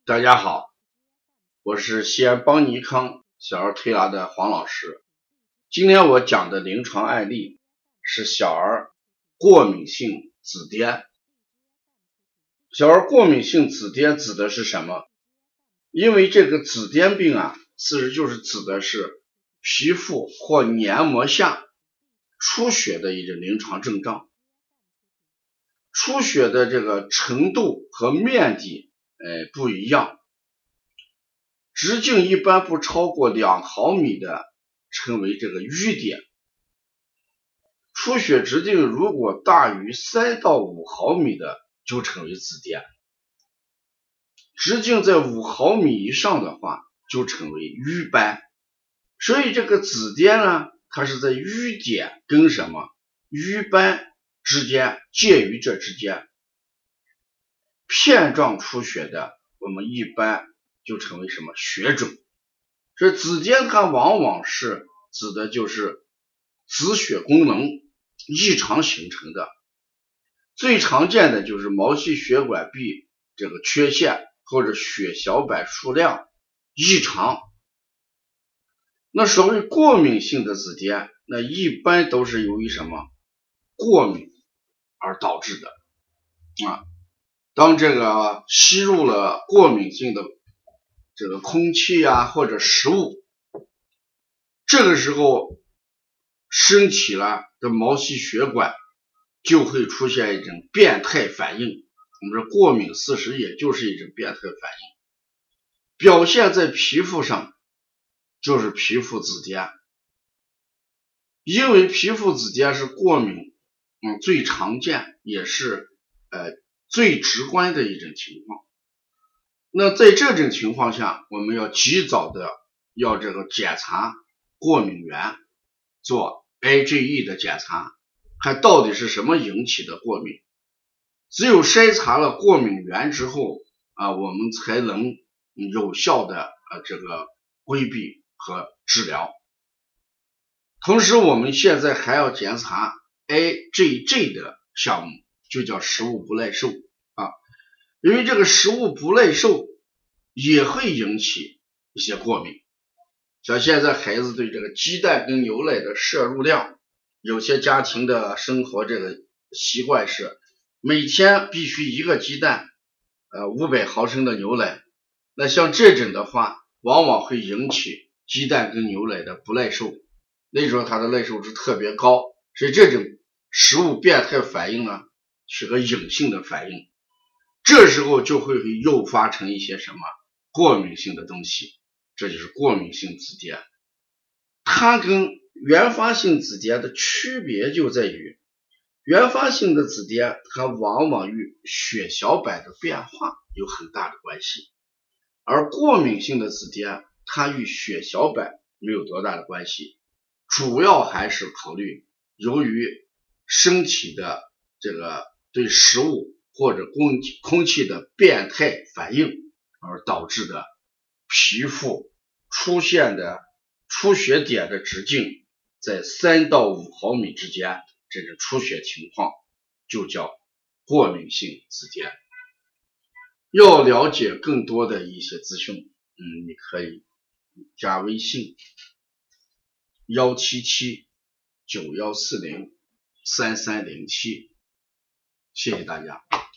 大家好，我是西安邦尼康小儿推拿的黄老师。今天我讲的临床案例是小儿过敏性紫癜。小儿过敏性紫癜指的是什么？因为这个紫癜病其实就是指的是皮肤或黏膜下出血的一种临床症状。出血的这个程度和面积不一样，直径一般不超过2毫米的称为这个瘀点，出血直径如果大于3到5毫米的就称为紫癜，直径在5毫米以上的话就称为瘀斑。所以这个紫癜呢，它是在瘀点跟什么瘀斑之间，介于这之间，片状出血的我们一般就称为什么血肿。这紫癜它往往是指的就是紫血功能异常形成的，最常见的就是毛细血管壁这个缺陷或者血小板数量异常。那所谓过敏性的紫癜，那一般都是由于什么过敏而导致的当这个吸入了过敏性的这个空气或者食物，这个时候身体的毛细血管就会出现一种变态反应。我们说过敏事实也就是一种变态反应，表现在皮肤上就是皮肤紫癜。因为皮肤紫癜是过敏最常见也是最直观的一种情况。那在这种情况下，我们要及早的要这个检查过敏源，做 IgE 的检查，看到底是什么引起的过敏。只有筛查了过敏源之后我们才能有效的这个规避和治疗。同时我们现在还要检查 IgG 的项目，就叫食物不耐受因为这个食物不耐受也会引起一些过敏。像现在孩子对这个鸡蛋跟牛奶的摄入量，有些家庭的生活这个习惯是每天必须1个鸡蛋500毫升的牛奶，那像这种的话往往会引起鸡蛋跟牛奶的不耐受，那时候它的耐受值特别高，所以这种食物变态反应呢是个隐性的反应，这时候就会诱发成一些什么过敏性的东西，这就是过敏性紫癜。它跟原发性紫癜的区别就在于，原发性的紫癜它往往与血小板的变化有很大的关系，而过敏性的紫癜它与血小板没有多大的关系，主要还是考虑由于身体的这个对食物或者空气的变态反应而导致的皮肤出现的出血点的直径在3到5毫米之间，这种出血情况就叫过敏性紫癜。要了解更多的一些资讯你可以加微信17791403307，谢谢大家。